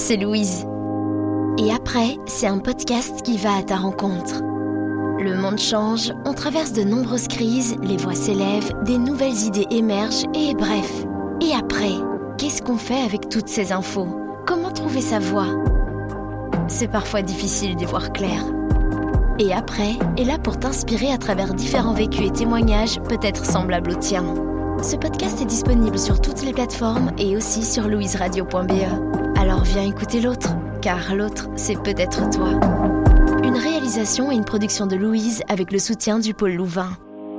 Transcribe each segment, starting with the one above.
c'est Louise. Et après, c'est un podcast qui va à ta rencontre. Le monde change, on traverse de nombreuses crises, les voix s'élèvent, des nouvelles idées émergent et bref. Et après, qu'est-ce qu'on fait avec toutes ces infos ? Comment trouver sa voie ? C'est parfois difficile d'y voir clair. Et après est là pour t'inspirer à travers différents vécus et témoignages peut-être semblables aux tiens. Ce podcast est disponible sur toutes les plateformes et aussi sur louiseradio.be. Alors viens écouter l'autre, car l'autre, c'est peut-être toi. Une réalisation et une production de Louise avec le soutien du pôle Louvain.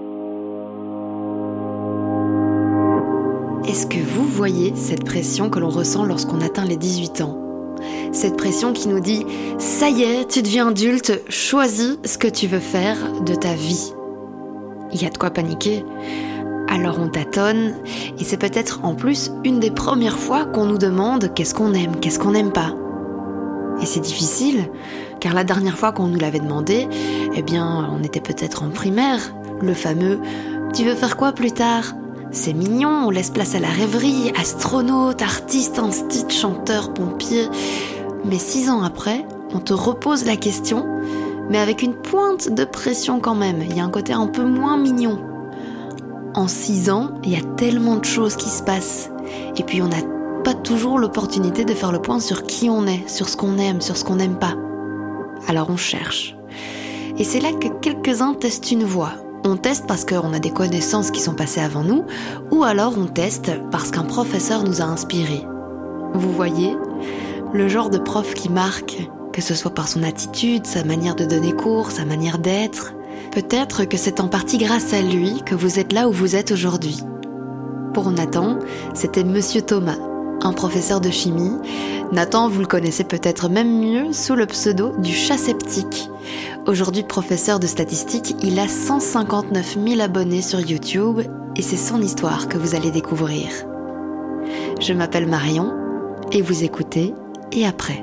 Est-ce que vous voyez cette pression que l'on ressent lorsqu'on atteint les 18 ans ? Cette pression qui nous dit « ça y est, tu deviens adulte, choisis ce que tu veux faire de ta vie ». Il y a de quoi paniquer. Alors on tâtonne, et c'est peut-être en plus une des premières fois qu'on nous demande qu'est-ce qu'on aime, qu'est-ce qu'on n'aime pas. Et c'est difficile, car la dernière fois qu'on nous l'avait demandé, on était peut-être en primaire. Le fameux « tu veux faire quoi plus tard ?» C'est mignon, on laisse place à la rêverie, astronaute, artiste, instit, chanteur, pompier. Mais 6 ans après, on te repose la question, mais avec une pointe de pression quand même. Il y a un côté un peu moins mignon. En 6 ans, il y a tellement de choses qui se passent. Et puis on n'a pas toujours l'opportunité de faire le point sur qui on est, sur ce qu'on aime, sur ce qu'on n'aime pas. Alors on cherche. Et c'est là que quelques-uns testent une voie. On teste parce qu'on a des connaissances qui sont passées avant nous, ou alors on teste parce qu'un professeur nous a inspirés. Vous voyez, le genre de prof qui marque, que ce soit par son attitude, sa manière de donner cours, sa manière d'être. Peut-être que c'est en partie grâce à lui que vous êtes là où vous êtes aujourd'hui. Pour Nathan, c'était Monsieur Thomas, un professeur de chimie. Nathan, vous le connaissez peut-être même mieux sous le pseudo du chat sceptique. Aujourd'hui professeur de statistique, il a 159 000 abonnés sur YouTube et c'est son histoire que vous allez découvrir. Je m'appelle Marion et vous écoutez Et après.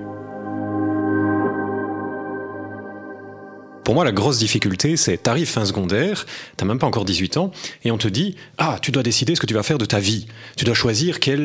Pour moi, la grosse difficulté, c'est t'arrives fin secondaire, t'as même pas encore 18 ans, et on te dit « Ah, tu dois décider ce que tu vas faire de ta vie. Tu dois choisir quelles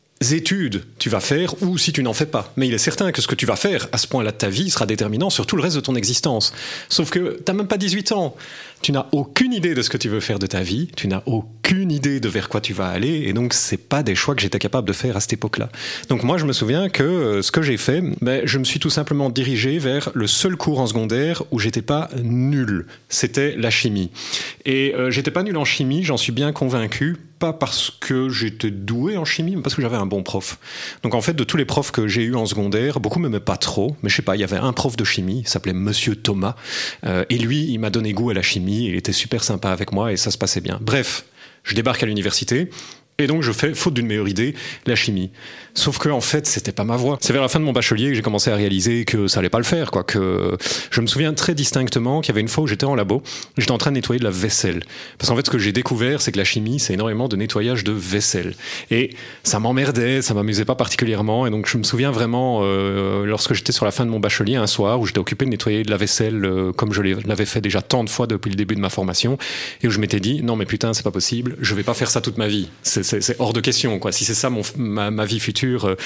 études tu vas faire ou si tu n'en fais pas. Mais il est certain que ce que tu vas faire à ce point-là de ta vie sera déterminant sur tout le reste de ton existence. Sauf que t'as même pas 18 ans. Tu n'as aucune idée de ce que tu veux faire de ta vie, tu n'as aucune idée de vers quoi tu vas aller, et donc c'est pas des choix que j'étais capable de faire à cette époque-là. Donc moi je me souviens que ce que j'ai fait, je me suis tout simplement dirigé vers le seul cours en secondaire où j'étais pas nul, c'était la chimie. Et j'étais pas nul en chimie, j'en suis bien convaincu, pas parce que j'étais doué en chimie, mais parce que j'avais un bon prof. Donc en fait, de tous les profs que j'ai eus en secondaire, beaucoup m'aimaient pas trop, mais je sais pas, il y avait un prof de chimie, il s'appelait Monsieur Thomas, et lui, il m'a donné goût à la chimie, il était super sympa avec moi et ça se passait bien. Bref, je débarque à l'université et donc je fais, faute d'une meilleure idée, la chimie. Sauf que en fait, c'était pas ma voie. C'est vers la fin de mon bachelier que j'ai commencé à réaliser que ça allait pas le faire, quoi. Que je me souviens très distinctement qu'il y avait une fois où j'étais en labo, j'étais en train de nettoyer de la vaisselle. Parce qu'en fait, ce que j'ai découvert, c'est que la chimie, c'est énormément de nettoyage de vaisselle. Et ça m'emmerdait, ça m'amusait pas particulièrement. Et donc, je me souviens vraiment, lorsque j'étais sur la fin de mon bachelier, un soir où j'étais occupé de nettoyer de la vaisselle, comme je l'avais fait déjà tant de fois depuis le début de ma formation, et où je m'étais dit, non mais putain, c'est pas possible, je vais pas faire ça toute ma vie. C'est hors de question, quoi. Si c'est ça ma vie future,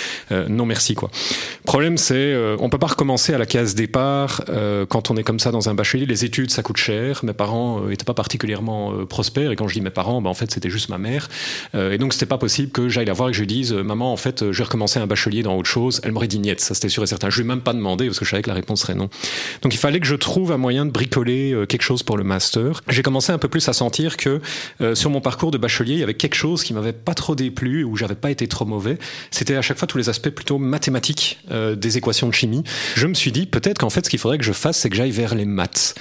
non merci, quoi. Le problème, c'est on peut pas recommencer à la case départ quand on est comme ça dans un bachelier. Les études, ça coûte cher. Mes parents étaient pas particulièrement prospères, et quand je dis mes parents, en fait c'était juste ma mère, et donc c'était pas possible que j'aille la voir et que je lui dise maman, en fait je vais recommencer un bachelier dans autre chose. Elle m'aurait dit niet, ça c'était sûr et certain. Je lui ai même pas demandé parce que je savais que la réponse serait non. Donc il fallait que je trouve un moyen de bricoler quelque chose pour le master. J'ai commencé un peu plus à sentir que sur mon parcours de bachelier, il y avait quelque chose qui m'avait pas trop déplu, où j'avais pas été trop mauvais. C'était à chaque fois tous les aspects plutôt mathématiques des équations de chimie. Je me suis dit peut-être qu'en fait ce qu'il faudrait que je fasse, c'est que j'aille vers les maths.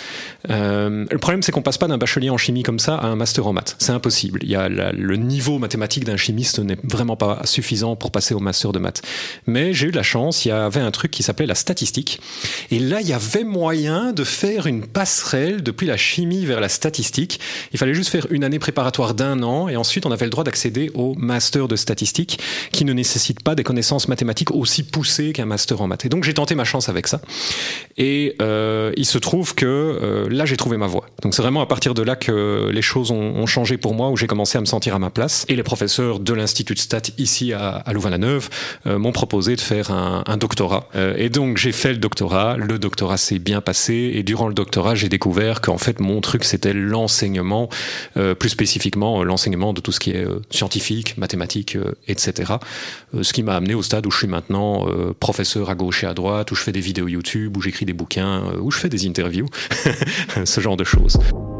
Le problème, c'est qu'on passe pas d'un bachelier en chimie comme ça à un master en maths. C'est impossible. Il y a le niveau mathématique d'un chimiste n'est vraiment pas suffisant pour passer au master de maths. Mais j'ai eu de la chance, il y avait un truc qui s'appelait la statistique. Et là, il y avait moyen de faire une passerelle depuis la chimie vers la statistique. Il fallait juste faire une année préparatoire d'1 an et ensuite on avait le droit d'accéder accéder au master de statistique qui ne nécessite pas des connaissances mathématiques aussi poussées qu'un master en maths. Et donc j'ai tenté ma chance avec ça. Et il se trouve que là j'ai trouvé ma voie. Donc c'est vraiment à partir de là que les choses ont changé pour moi, où j'ai commencé à me sentir à ma place. Et les professeurs de l'Institut de Stat ici à Louvain-la-Neuve m'ont proposé de faire un doctorat. Et donc j'ai fait le doctorat s'est bien passé, et durant le doctorat j'ai découvert qu'en fait mon truc c'était l'enseignement, plus spécifiquement l'enseignement de tout ce qui est scientifique, mathématique, etc. Ce qui m'a amené au stade où je suis maintenant professeur à gauche et à droite, où je fais des vidéos YouTube, où j'écris des bouquins, où je fais des interviews, ce genre de choses.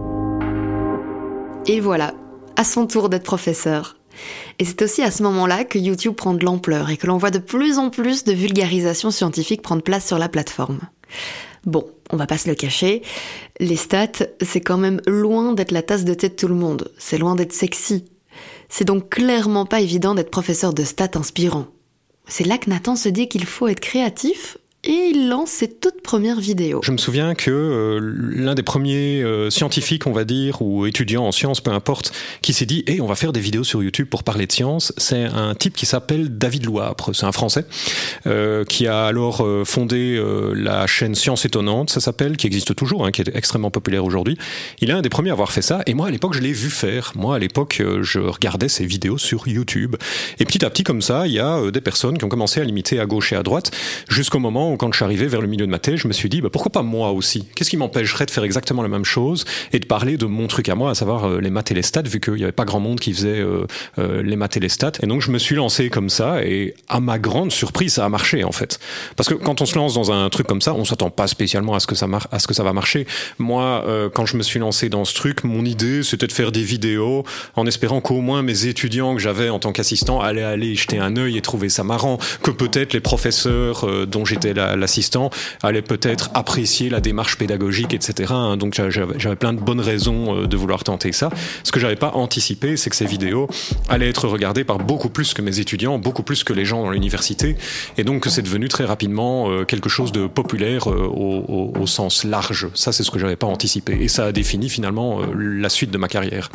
Et voilà, à son tour d'être professeur. Et c'est aussi à ce moment-là que YouTube prend de l'ampleur et que l'on voit de plus en plus de vulgarisation scientifique prendre place sur la plateforme. Bon, on va pas se le cacher, les stats, c'est quand même loin d'être la tasse de thé de tout le monde, c'est loin d'être sexy. C'est donc clairement pas évident d'être professeur de stats inspirant. C'est là que Nathan se dit qu'il faut être créatif, et il lance ses toutes premières vidéos. Je me souviens que l'un des premiers scientifiques, on va dire, ou étudiants en sciences, peu importe, qui s'est dit on va faire des vidéos sur YouTube pour parler de science, c'est un type qui s'appelle David Louapre, c'est un Français, qui a alors fondé la chaîne Science Étonnante, ça s'appelle, qui existe toujours, qui est extrêmement populaire aujourd'hui. Il est un des premiers à avoir fait ça, et moi à l'époque je l'ai vu faire. Moi à l'époque je regardais ses vidéos sur YouTube. Et petit à petit comme ça, il y a des personnes qui ont commencé à l'imiter à gauche et à droite, jusqu'au moment où quand je suis arrivé vers le milieu de ma thèse, je me suis dit pourquoi pas moi aussi ? Qu'est-ce qui m'empêcherait de faire exactement la même chose et de parler de mon truc à moi, à savoir les maths et les stats, vu qu'il n'y avait pas grand monde qui faisait les maths et les stats. Et donc je me suis lancé comme ça, et à ma grande surprise, ça a marché en fait. Parce que quand on se lance dans un truc comme ça, on s'attend pas spécialement à ce que ça va marcher. Moi, quand je me suis lancé dans ce truc, mon idée c'était de faire des vidéos en espérant qu'au moins mes étudiants que j'avais en tant qu'assistant allaient aller jeter un œil et trouver ça marrant, que peut-être les professeurs dont j'étais l'assistant allaient peut-être apprécier la démarche pédagogique, etc. Donc j'avais plein de bonnes raisons de vouloir tenter ça. Ce que j'avais pas anticipé, c'est que ces vidéos allaient être regardées par beaucoup plus que mes étudiants, beaucoup plus que les gens dans l'université, et donc que c'est devenu très rapidement quelque chose de populaire au sens large. Ça, c'est ce que j'avais pas anticipé, et ça a défini finalement la suite de ma carrière.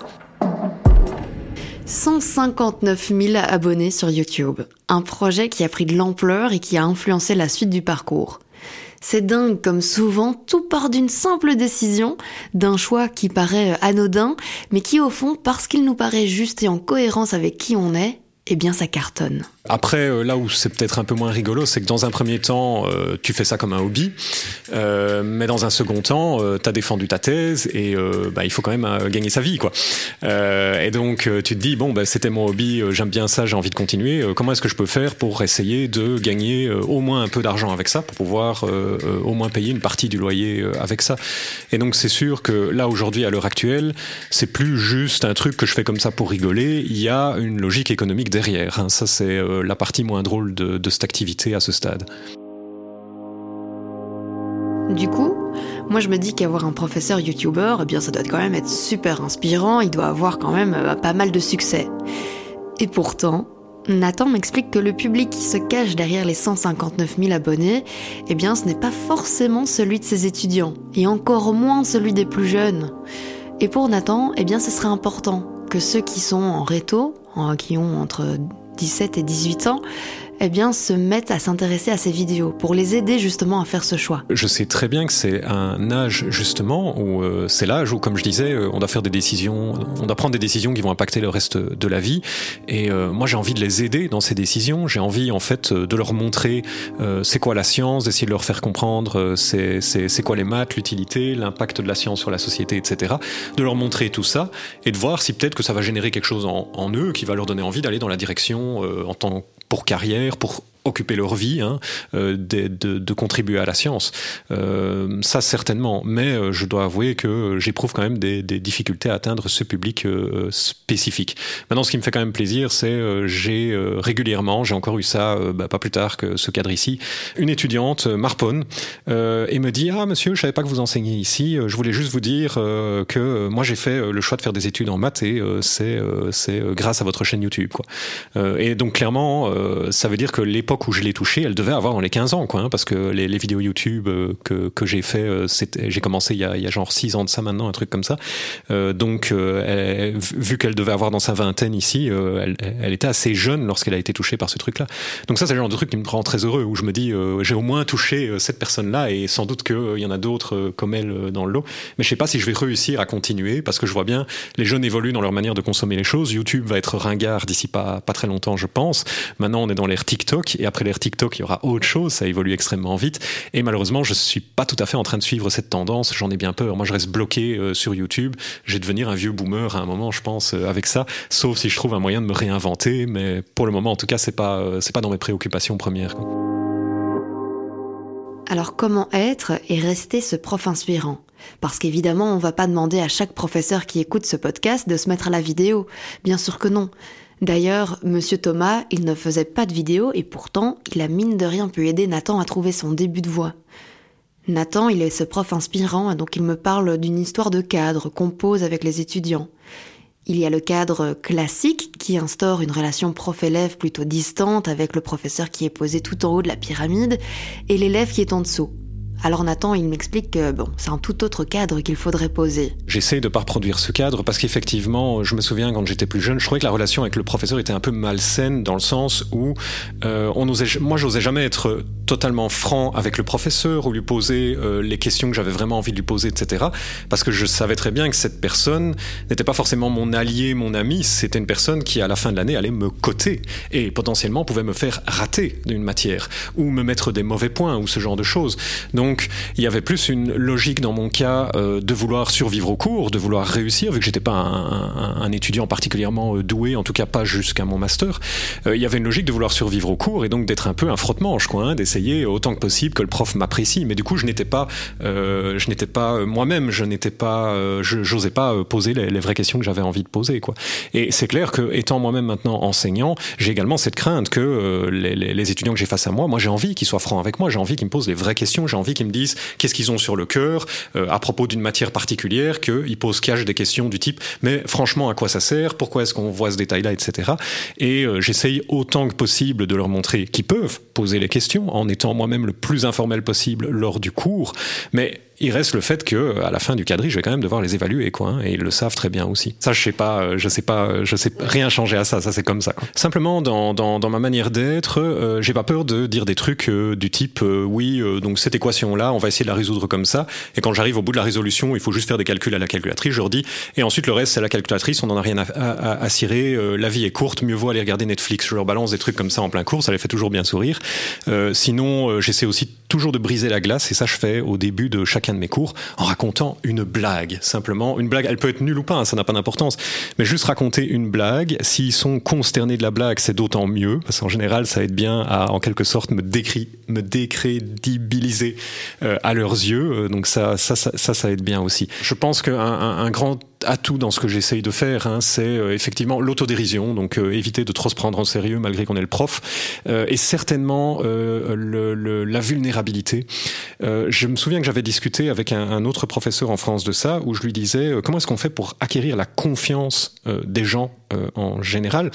159 000 abonnés sur YouTube. Un projet qui a pris de l'ampleur et qui a influencé la suite du parcours. C'est dingue comme souvent, tout part d'une simple décision, d'un choix qui paraît anodin, mais qui au fond, parce qu'il nous paraît juste et en cohérence avec qui on est, eh bien ça cartonne. Après, là où c'est peut-être un peu moins rigolo, c'est que dans un premier temps, tu fais ça comme un hobby, mais dans un second temps, t'as défendu ta thèse et il faut quand même gagner sa vie, quoi. Et donc, tu te dis, c'était mon hobby, j'aime bien ça, j'ai envie de continuer. Comment est-ce que je peux faire pour essayer de gagner au moins un peu d'argent avec ça, pour pouvoir au moins payer une partie du loyer avec ça. Et donc, c'est sûr que là, aujourd'hui, à l'heure actuelle, c'est plus juste un truc que je fais comme ça pour rigoler. Il y a une logique économique derrière. Ça, c'est la partie moins drôle de cette activité à ce stade. Du coup, moi je me dis qu'avoir un professeur youtubeur, ça doit quand même être super inspirant, il doit avoir quand même pas mal de succès. Et pourtant, Nathan m'explique que le public qui se cache derrière les 159 000 abonnés, ce n'est pas forcément celui de ses étudiants, et encore moins celui des plus jeunes. Et pour Nathan, ce serait important que ceux qui sont en réto, qui ont entre 17 et 18 ans, se mettent à s'intéresser à ces vidéos pour les aider justement à faire ce choix. Je sais très bien que c'est un âge justement où c'est l'âge où, comme je disais, on doit faire des décisions, on doit prendre des décisions qui vont impacter le reste de la vie. Et moi, j'ai envie de les aider dans ces décisions. J'ai envie en fait de leur montrer c'est quoi la science, d'essayer de leur faire comprendre c'est quoi les maths, l'utilité, l'impact de la science sur la société, etc. De leur montrer tout ça et de voir si peut-être que ça va générer quelque chose en eux qui va leur donner envie d'aller dans la direction pour carrière, pour occuper leur vie, de contribuer à la science. Ça, certainement. Mais je dois avouer que j'éprouve quand même des difficultés à atteindre ce public spécifique. Maintenant, ce qui me fait quand même plaisir, c'est j'ai régulièrement, j'ai encore eu ça pas plus tard que ce cadre ici, une étudiante m'harponne et me dit « Ah, monsieur, je savais pas que vous enseignez ici. Je voulais juste vous dire que moi, j'ai fait le choix de faire des études en maths et c'est grâce à votre chaîne YouTube. » quoi. Et donc, clairement, ça veut dire que l'époque l'époque où je l'ai touchée, elle devait avoir dans les 15 ans, quoi, hein, parce que les vidéos YouTube que j'ai fait, j'ai commencé il y a genre 6 ans de ça maintenant, un truc comme ça. Donc, vu qu'elle devait avoir dans sa vingtaine ici, elle était assez jeune lorsqu'elle a été touchée par ce truc-là. Donc ça, c'est le genre de truc qui me rend très heureux, où je me dis, j'ai au moins touché cette personne-là, et sans doute qu'il y en a d'autres comme elle dans le lot. Mais je sais pas si je vais réussir à continuer, parce que je vois bien, les jeunes évoluent dans leur manière de consommer les choses. YouTube va être ringard d'ici pas très longtemps, je pense. Maintenant, on est dans l'ère TikTok, et après l'ère TikTok, il y aura autre chose, ça évolue extrêmement vite. Et malheureusement, je suis pas tout à fait en train de suivre cette tendance, j'en ai bien peur. Moi, je reste bloqué sur YouTube. Je vais devenir un vieux boomer à un moment, je pense, avec ça, sauf si je trouve un moyen de me réinventer, mais pour le moment, en tout cas, c'est pas dans mes préoccupations premières, quoi. Alors comment être et rester ce prof inspirant ? Parce qu'évidemment, on va pas demander à chaque professeur qui écoute ce podcast de se mettre à la vidéo. Bien sûr que non. D'ailleurs, Monsieur Thomas, il ne faisait pas de vidéo et pourtant, il a mine de rien pu aider Nathan à trouver son début de voix. Nathan, il est ce prof inspirant, donc il me parle d'une histoire de cadre qu'on pose avec les étudiants. Il y a le cadre classique qui instaure une relation prof-élève plutôt distante avec le professeur qui est posé tout en haut de la pyramide et l'élève qui est en dessous. Alors Nathan, il m'explique que c'est un tout autre cadre qu'il faudrait poser. J'essaie de pas reproduire ce cadre parce qu'effectivement, je me souviens quand j'étais plus jeune, je trouvais que la relation avec le professeur était un peu malsaine dans le sens où moi j'osais jamais être totalement franc avec le professeur ou lui poser les questions que j'avais vraiment envie de lui poser, etc. Parce que je savais très bien que cette personne n'était pas forcément mon allié, mon ami, c'était une personne qui à la fin de l'année allait me coter et potentiellement pouvait me faire rater d'une matière ou me mettre des mauvais points ou ce genre de choses. Donc il y avait plus une logique dans mon cas de vouloir survivre au cours, de vouloir réussir, vu que j'étais pas un étudiant particulièrement doué, en tout cas pas jusqu'à mon master. Il y avait une logique de vouloir survivre au cours et donc d'être un peu un frotte-manche, quoi, hein, d'essayer autant que possible que le prof m'apprécie. Mais du coup, je n'étais pas moi-même, j'osais pas poser les vraies questions que j'avais envie de poser, quoi. Et c'est clair que étant moi-même maintenant enseignant, j'ai également cette crainte que les étudiants que j'ai face à moi j'ai envie qu'ils soient francs avec moi, j'ai envie qu'ils me posent les vraies questions, j'ai envie qu'ils me disent qu'est-ce qu'ils ont sur le cœur à propos d'une matière particulière, qu'ils posent cash des questions du type mais franchement à quoi ça sert, pourquoi est-ce qu'on voit ce détail-là, etc. Et j'essaye autant que possible de leur montrer qu'ils peuvent poser les questions en étant moi-même le plus informel possible lors du cours, mais il reste le fait que à la fin du quadri, je vais quand même devoir les évaluer, quoi, hein, et ils le savent très bien aussi. Ça, je sais rien changer à ça c'est comme ça, quoi. Simplement, dans ma manière d'être, j'ai pas peur de dire des trucs du type donc cette équation-là, on va essayer de la résoudre comme ça, et quand j'arrive au bout de la résolution, il faut juste faire des calculs à la calculatrice, je leur dis, et ensuite le reste, c'est la calculatrice, on n'en a rien à cirer, la vie est courte, mieux vaut aller regarder Netflix. Je leur balance des trucs comme ça en plein cours, ça les fait toujours bien sourire. Sinon, j'essaie aussi toujours de briser la glace, et ça je fais au début de chacun de mes cours en racontant une blague. Simplement, une blague, elle peut être nulle ou pas, hein, ça n'a pas d'importance, mais juste raconter une blague. S'ils sont consternés de la blague, c'est d'autant mieux, parce qu'en général ça aide bien à en quelque sorte me décrédibiliser à leurs yeux, donc ça aide bien aussi. Je pense qu'un grand atout dans ce que j'essaye de faire, hein, c'est effectivement l'autodérision, donc éviter de trop se prendre en sérieux malgré qu'on est le prof, et certainement la vulnérabilité. Je me souviens que j'avais discuté avec un autre professeur en France de ça, où je lui disais comment est-ce qu'on fait pour acquérir la confiance des gens en général,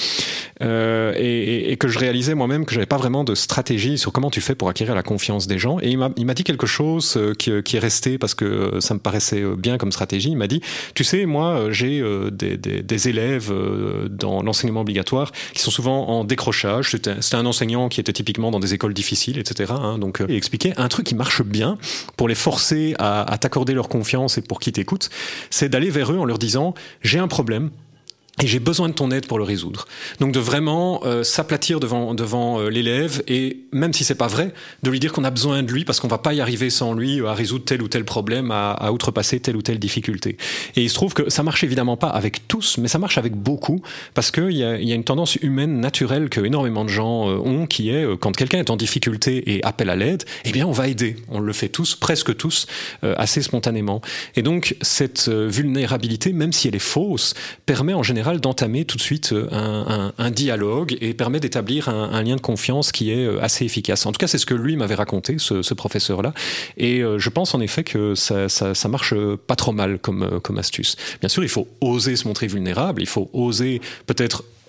et que je réalisais moi-même que j'avais pas vraiment de stratégie sur comment tu fais pour acquérir la confiance des gens, et il m'a dit quelque chose qui est resté parce que ça me paraissait bien comme stratégie. Il m'a dit, tu sais, moi j'ai des élèves dans l'enseignement obligatoire qui sont souvent en décrochage. C'était un enseignant qui était typiquement dans des écoles difficiles, etc. Hein, donc il expliquait un truc qui marche bien pour les forcer à t'accorder leur confiance et pour qu'ils t'écoutent, c'est d'aller vers eux en leur disant j'ai un problème et j'ai besoin de ton aide pour le résoudre. Donc de vraiment s'aplatir devant l'élève, et même si c'est pas vrai, de lui dire qu'on a besoin de lui parce qu'on va pas y arriver sans lui à résoudre tel ou tel problème, à outrepasser telle ou telle difficulté. Et il se trouve que ça marche évidemment pas avec tous, mais ça marche avec beaucoup, parce qu'il y a une tendance humaine naturelle que énormément de gens ont, qui est quand quelqu'un est en difficulté et appelle à l'aide, eh bien on va aider. On le fait tous, presque tous, assez spontanément. Et donc cette vulnérabilité, même si elle est fausse, permet en général d'entamer tout de suite un dialogue et permet d'établir un lien de confiance qui est assez efficace. En tout cas, c'est ce que lui m'avait raconté, ce professeur-là. Et je pense en effet que ça marche pas trop mal comme astuce. Bien sûr, il faut oser se montrer vulnérable, il faut oser peut-être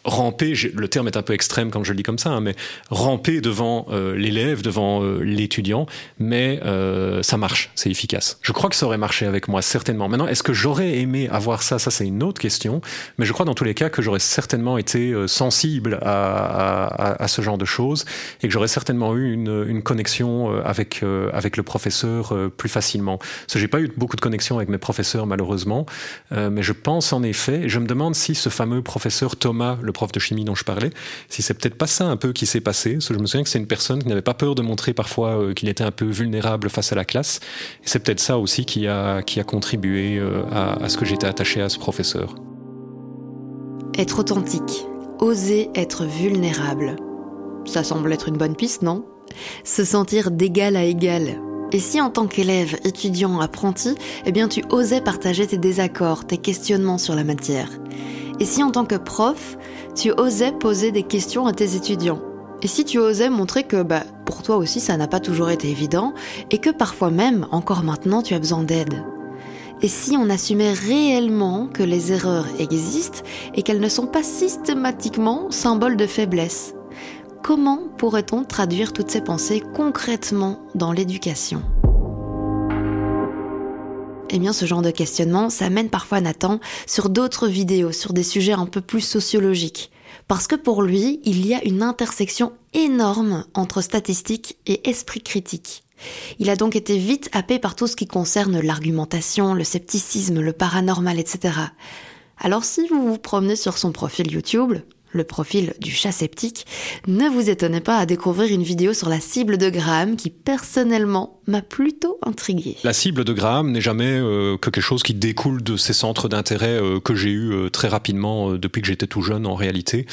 ramper, le terme est un peu extrême quand je le dis comme ça, hein, mais ramper devant l'élève, devant l'étudiant, mais ça marche, c'est efficace. Je crois que ça aurait marché avec moi, certainement. Maintenant, est-ce que j'aurais aimé avoir ça? Ça, c'est une autre question, mais je crois dans tous les cas que j'aurais certainement été sensible à ce genre de choses et que j'aurais certainement eu une connexion avec le professeur plus facilement. Parce que j'ai pas eu beaucoup de connexion avec mes professeurs, malheureusement, mais je pense en effet, je me demande si ce fameux professeur Thomas, le prof de chimie dont je parlais, si c'est peut-être pas ça un peu qui s'est passé. Parce que je me souviens que c'est une personne qui n'avait pas peur de montrer parfois qu'il était un peu vulnérable face à la classe. Et c'est peut-être ça aussi qui a contribué à ce que j'étais attaché à ce professeur. Être authentique, oser être vulnérable. Ça semble être une bonne piste, non? Se sentir d'égal à égal. Et si en tant qu'élève, étudiant, apprenti, eh bien tu osais partager tes désaccords, tes questionnements sur la matière? Et si en tant que prof, tu osais poser des questions à tes étudiants? Et si tu osais montrer que pour toi aussi ça n'a pas toujours été évident et que parfois même, encore maintenant, tu as besoin d'aide? Et si on assumait réellement que les erreurs existent et qu'elles ne sont pas systématiquement symboles de faiblesse? Comment pourrait-on traduire toutes ces pensées concrètement dans l'éducation? Eh bien, ce genre de questionnement, ça mène parfois Nathan sur d'autres vidéos, sur des sujets un peu plus sociologiques. Parce que pour lui, il y a une intersection énorme entre statistiques et esprit critique. Il a donc été vite happé par tout ce qui concerne l'argumentation, le scepticisme, le paranormal, etc. Alors si vous vous promenez sur son profil YouTube, le profil du chat sceptique, ne vous étonnez pas à découvrir une vidéo sur la cible de Graham qui, personnellement, m'a plutôt intriguée. La cible de Graham n'est jamais que quelque chose qui découle de ces centres d'intérêt que j'ai eus très rapidement depuis que j'étais tout jeune, en réalité.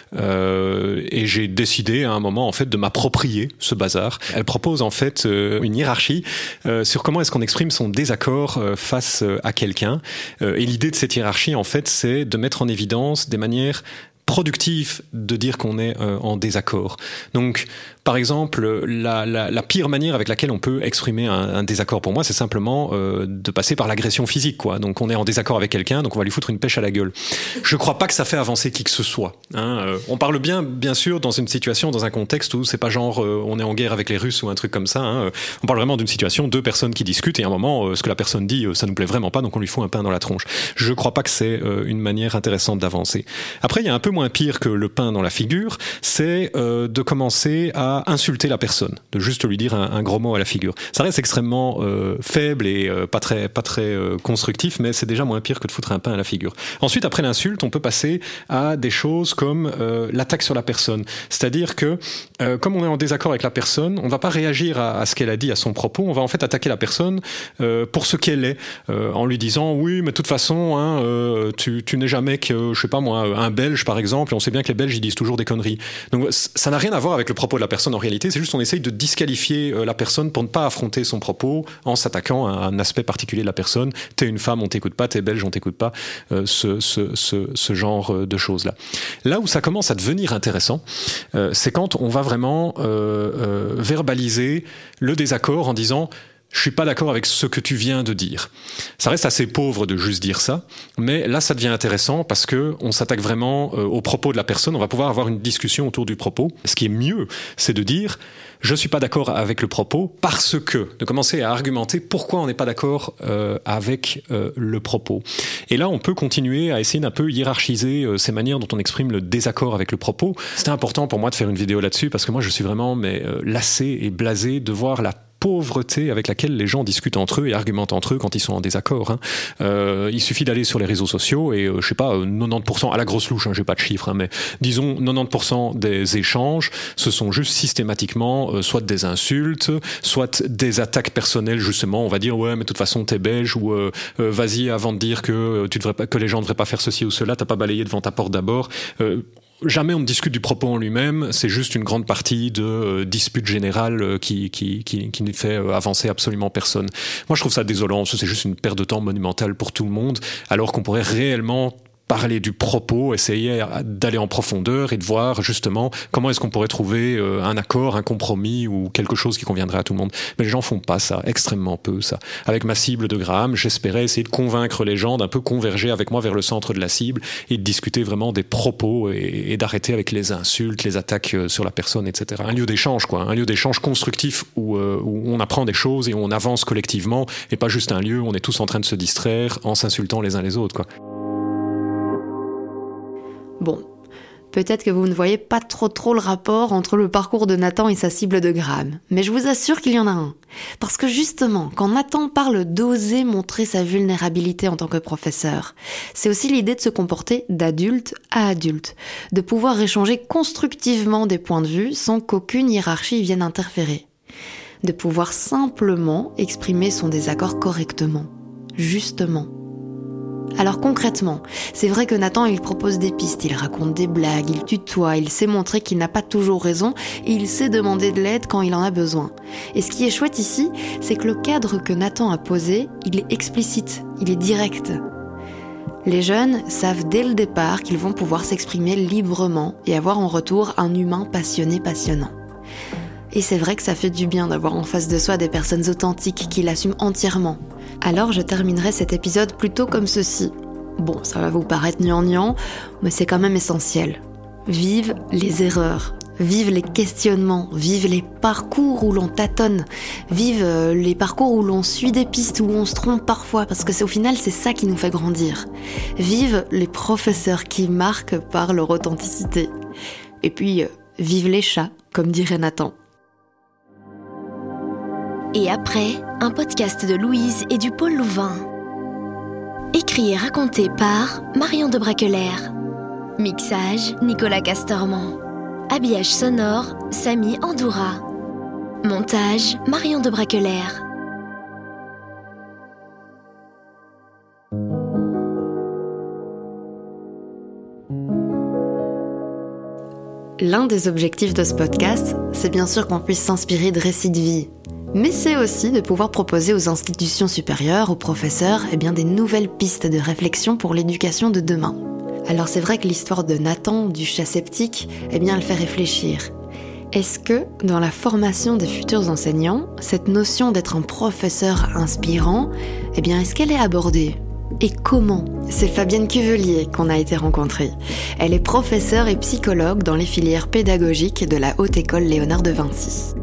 Et j'ai décidé à un moment, en fait, de m'approprier ce bazar. Elle propose, en fait, une hiérarchie sur comment est-ce qu'on exprime son désaccord face à quelqu'un. Et l'idée de cette hiérarchie, en fait, c'est de mettre en évidence des manières productif de dire qu'on est en désaccord. Donc, par exemple, la pire manière avec laquelle on peut exprimer un désaccord pour moi, c'est simplement de passer par l'agression physique, quoi. Donc, on est en désaccord avec quelqu'un, donc on va lui foutre une pêche à la gueule. Je crois pas que ça fait avancer qui que ce soit. On parle bien sûr, dans une situation, dans un contexte où c'est pas genre on est en guerre avec les Russes ou un truc comme ça. On parle vraiment d'une situation, deux personnes qui discutent et à un moment, ce que la personne dit, ça nous plaît vraiment pas, donc on lui fout un pain dans la tronche. Je crois pas que c'est une manière intéressante d'avancer. Après, il y a un peu moins pire que le pain dans la figure, c'est de commencer à insulter la personne, de juste lui dire un gros mot à la figure. Ça reste extrêmement faible et pas très constructif, mais c'est déjà moins pire que de foutre un pain à la figure. Ensuite, après l'insulte, on peut passer à des choses comme l'attaque sur la personne. C'est-à-dire que, comme on est en désaccord avec la personne, on ne va pas réagir à ce qu'elle a dit, à son propos, on va en fait attaquer la personne pour ce qu'elle est, en lui disant « Oui, mais de toute façon, tu n'es jamais que, je sais pas moi, un Belge, par exemple, et on sait bien que les Belges, ils disent toujours des conneries. » Donc, ça n'a rien à voir avec le propos de la personne en réalité, c'est juste qu'on essaye de disqualifier la personne pour ne pas affronter son propos en s'attaquant à un aspect particulier de la personne. T'es une femme, on t'écoute pas, t'es belge, on t'écoute pas, ce genre de choses-là. Là où ça commence à devenir intéressant, c'est quand on va vraiment verbaliser le désaccord en disant « Je suis pas d'accord avec ce que tu viens de dire ». Ça reste assez pauvre de juste dire ça, mais là ça devient intéressant parce que on s'attaque vraiment au propos de la personne, on va pouvoir avoir une discussion autour du propos. Ce qui est mieux, c'est de dire « Je suis pas d'accord avec le propos parce que », de commencer à argumenter pourquoi on n'est pas d'accord avec le propos. Et là on peut continuer à essayer d'un peu hiérarchiser ces manières dont on exprime le désaccord avec le propos. C'était important pour moi de faire une vidéo là-dessus parce que moi je suis vraiment lassé et blasé de voir la pauvreté avec laquelle les gens discutent entre eux et argumentent entre eux quand ils sont en désaccord. Il suffit d'aller sur les réseaux sociaux et je sais pas, 90% à la grosse louche, j'ai pas de chiffres, mais disons 90% des échanges, ce sont juste systématiquement soit des insultes, soit des attaques personnelles justement. On va dire ouais mais de toute façon t'es belge ou vas-y avant de dire que tu devrais pas, que les gens ne devraient pas faire ceci ou cela, t'as pas balayé devant ta porte d'abord. Jamais on ne discute du propos en lui-même, c'est juste une grande partie de dispute générale qui ne fait avancer absolument personne. Moi je trouve ça désolant, c'est juste une perte de temps monumentale pour tout le monde, alors qu'on pourrait réellement parler du propos, essayer d'aller en profondeur et de voir justement comment est-ce qu'on pourrait trouver un accord, un compromis ou quelque chose qui conviendrait à tout le monde. Mais les gens font pas ça, extrêmement peu ça. Avec ma cible de Graham, j'espérais essayer de convaincre les gens d'un peu converger avec moi vers le centre de la cible et de discuter vraiment des propos et d'arrêter avec les insultes, les attaques sur la personne, etc. Un lieu d'échange, quoi, un lieu d'échange constructif où on apprend des choses et où on avance collectivement et pas juste un lieu où on est tous en train de se distraire en s'insultant les uns les autres, quoi. Bon, peut-être que vous ne voyez pas trop le rapport entre le parcours de Nathan et sa cible de Graham, mais je vous assure qu'il y en a un. Parce que justement, quand Nathan parle d'oser montrer sa vulnérabilité en tant que professeur, c'est aussi l'idée de se comporter d'adulte à adulte, de pouvoir échanger constructivement des points de vue sans qu'aucune hiérarchie vienne interférer, de pouvoir simplement exprimer son désaccord correctement, justement. Alors concrètement, c'est vrai que Nathan, il propose des pistes, il raconte des blagues, il tutoie, il sait montrer qu'il n'a pas toujours raison et il sait demander de l'aide quand il en a besoin. Et ce qui est chouette ici, c'est que le cadre que Nathan a posé, il est explicite, il est direct. Les jeunes savent dès le départ qu'ils vont pouvoir s'exprimer librement et avoir en retour un humain passionné, passionnant. Et c'est vrai que ça fait du bien d'avoir en face de soi des personnes authentiques qui l'assument entièrement. Alors je terminerai cet épisode plutôt comme ceci. Bon, ça va vous paraître gnangnan, mais c'est quand même essentiel. Vive les erreurs, vive les questionnements, vive les parcours où l'on tâtonne, vive les parcours où l'on suit des pistes, où on se trompe parfois, parce que au final c'est ça qui nous fait grandir. Vive les professeurs qui marquent par leur authenticité. Et puis, vive les chats, comme dirait Nathan. Et après, un podcast de Louise et du Pôle Louvain. Écrit et raconté par Marion de Braquelaire. Mixage, Nicolas Castormand. Habillage sonore, Samy Andoura. Montage, Marion de Braquelaire. L'un des objectifs de ce podcast, c'est bien sûr qu'on puisse s'inspirer de récits de vie. Mais c'est aussi de pouvoir proposer aux institutions supérieures, aux professeurs, des nouvelles pistes de réflexion pour l'éducation de demain. Alors c'est vrai que l'histoire de Nathan, du chat sceptique, elle fait réfléchir. Est-ce que, dans la formation des futurs enseignants, cette notion d'être un professeur inspirant, est-ce qu'elle est abordée ? Et comment ? C'est Fabienne Cuvelier qu'on a été rencontrer. Elle est professeure et psychologue dans les filières pédagogiques de la Haute École Léonard de Vinci.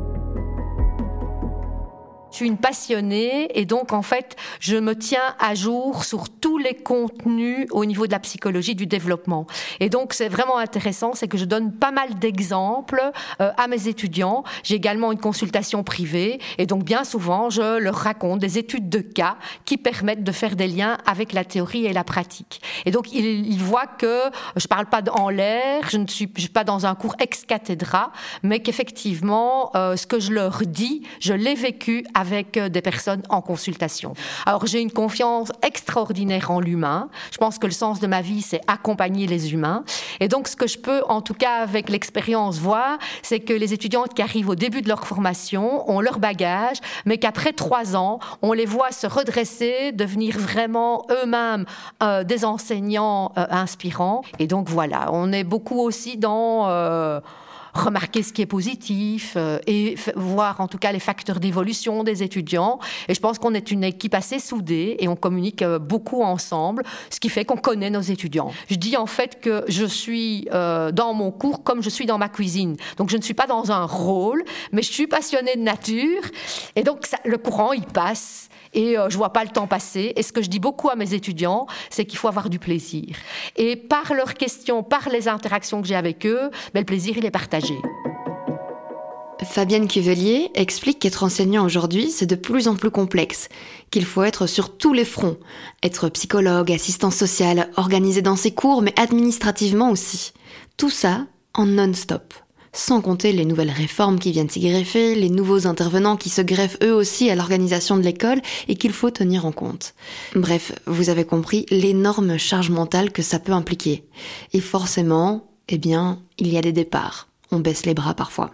Je suis une passionnée et donc en fait je me tiens à jour sur tous les contenus au niveau de la psychologie du développement. Et donc c'est vraiment intéressant, c'est que je donne pas mal d'exemples à mes étudiants. J'ai également une consultation privée et donc bien souvent je leur raconte des études de cas qui permettent de faire des liens avec la théorie et la pratique. Et donc ils voient que je parle pas en l'air, je ne suis pas dans un cours ex cathedra, mais qu'effectivement ce que je leur dis, je l'ai vécu avec des personnes en consultation. Alors j'ai une confiance extraordinaire en l'humain. Je pense que le sens de ma vie, c'est accompagner les humains. Et donc ce que je peux, en tout cas avec l'expérience, voir, c'est que les étudiantes qui arrivent au début de leur formation ont leur bagage, mais qu'après 3 ans, on les voit se redresser, devenir vraiment eux-mêmes des enseignants inspirants. Et donc voilà, on est beaucoup aussi dans... remarquer ce qui est positif et voir en tout cas les facteurs d'évolution des étudiants. Et je pense qu'on est une équipe assez soudée et on communique beaucoup ensemble, ce qui fait qu'on connaît nos étudiants. Je dis en fait que je suis dans mon cours comme je suis dans ma cuisine. Donc je ne suis pas dans un rôle, mais je suis passionnée de nature et donc le courant il passe. Et je vois pas le temps passer. Et ce que je dis beaucoup à mes étudiants, c'est qu'il faut avoir du plaisir. Et par leurs questions, par les interactions que j'ai avec eux, le plaisir, il est partagé. Fabienne Cuvelier explique qu'être enseignant aujourd'hui, c'est de plus en plus complexe, qu'il faut être sur tous les fronts, être psychologue, assistant social, organisé dans ses cours, mais administrativement aussi. Tout ça en non-stop. Sans compter les nouvelles réformes qui viennent s'y greffer, les nouveaux intervenants qui se greffent eux aussi à l'organisation de l'école et qu'il faut tenir en compte. Bref, vous avez compris l'énorme charge mentale que ça peut impliquer. Et forcément, il y a des départs. On baisse les bras parfois.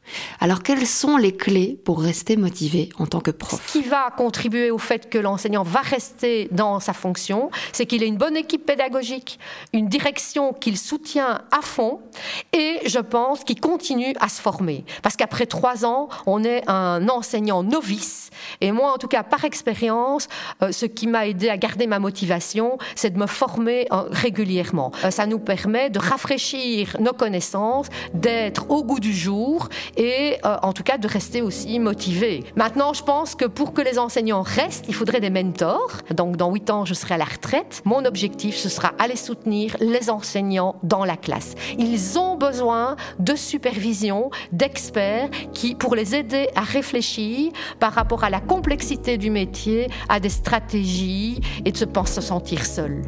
Alors, quelles sont les clés pour rester motivé en tant que prof ? Ce qui va contribuer au fait que l'enseignant va rester dans sa fonction, c'est qu'il ait une bonne équipe pédagogique, une direction qu'il soutient à fond et, je pense, qu'il continue à se former. Parce qu'après 3 ans, on est un enseignant novice. Et moi, en tout cas, par expérience, ce qui m'a aidé à garder ma motivation, c'est de me former régulièrement. Ça nous permet de rafraîchir nos connaissances, d'être au goût du jour et en tout cas de rester aussi motivé. Maintenant, je pense que pour que les enseignants restent, il faudrait des mentors. Donc dans 8 ans, je serai à la retraite. Mon objectif, ce sera aller soutenir les enseignants dans la classe. Ils ont besoin de supervision, d'experts pour les aider à réfléchir par rapport à la complexité du métier, à des stratégies et de se sentir seul.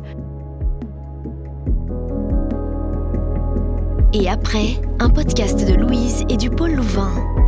Et après, un podcast de Louise et du pôle Louvain.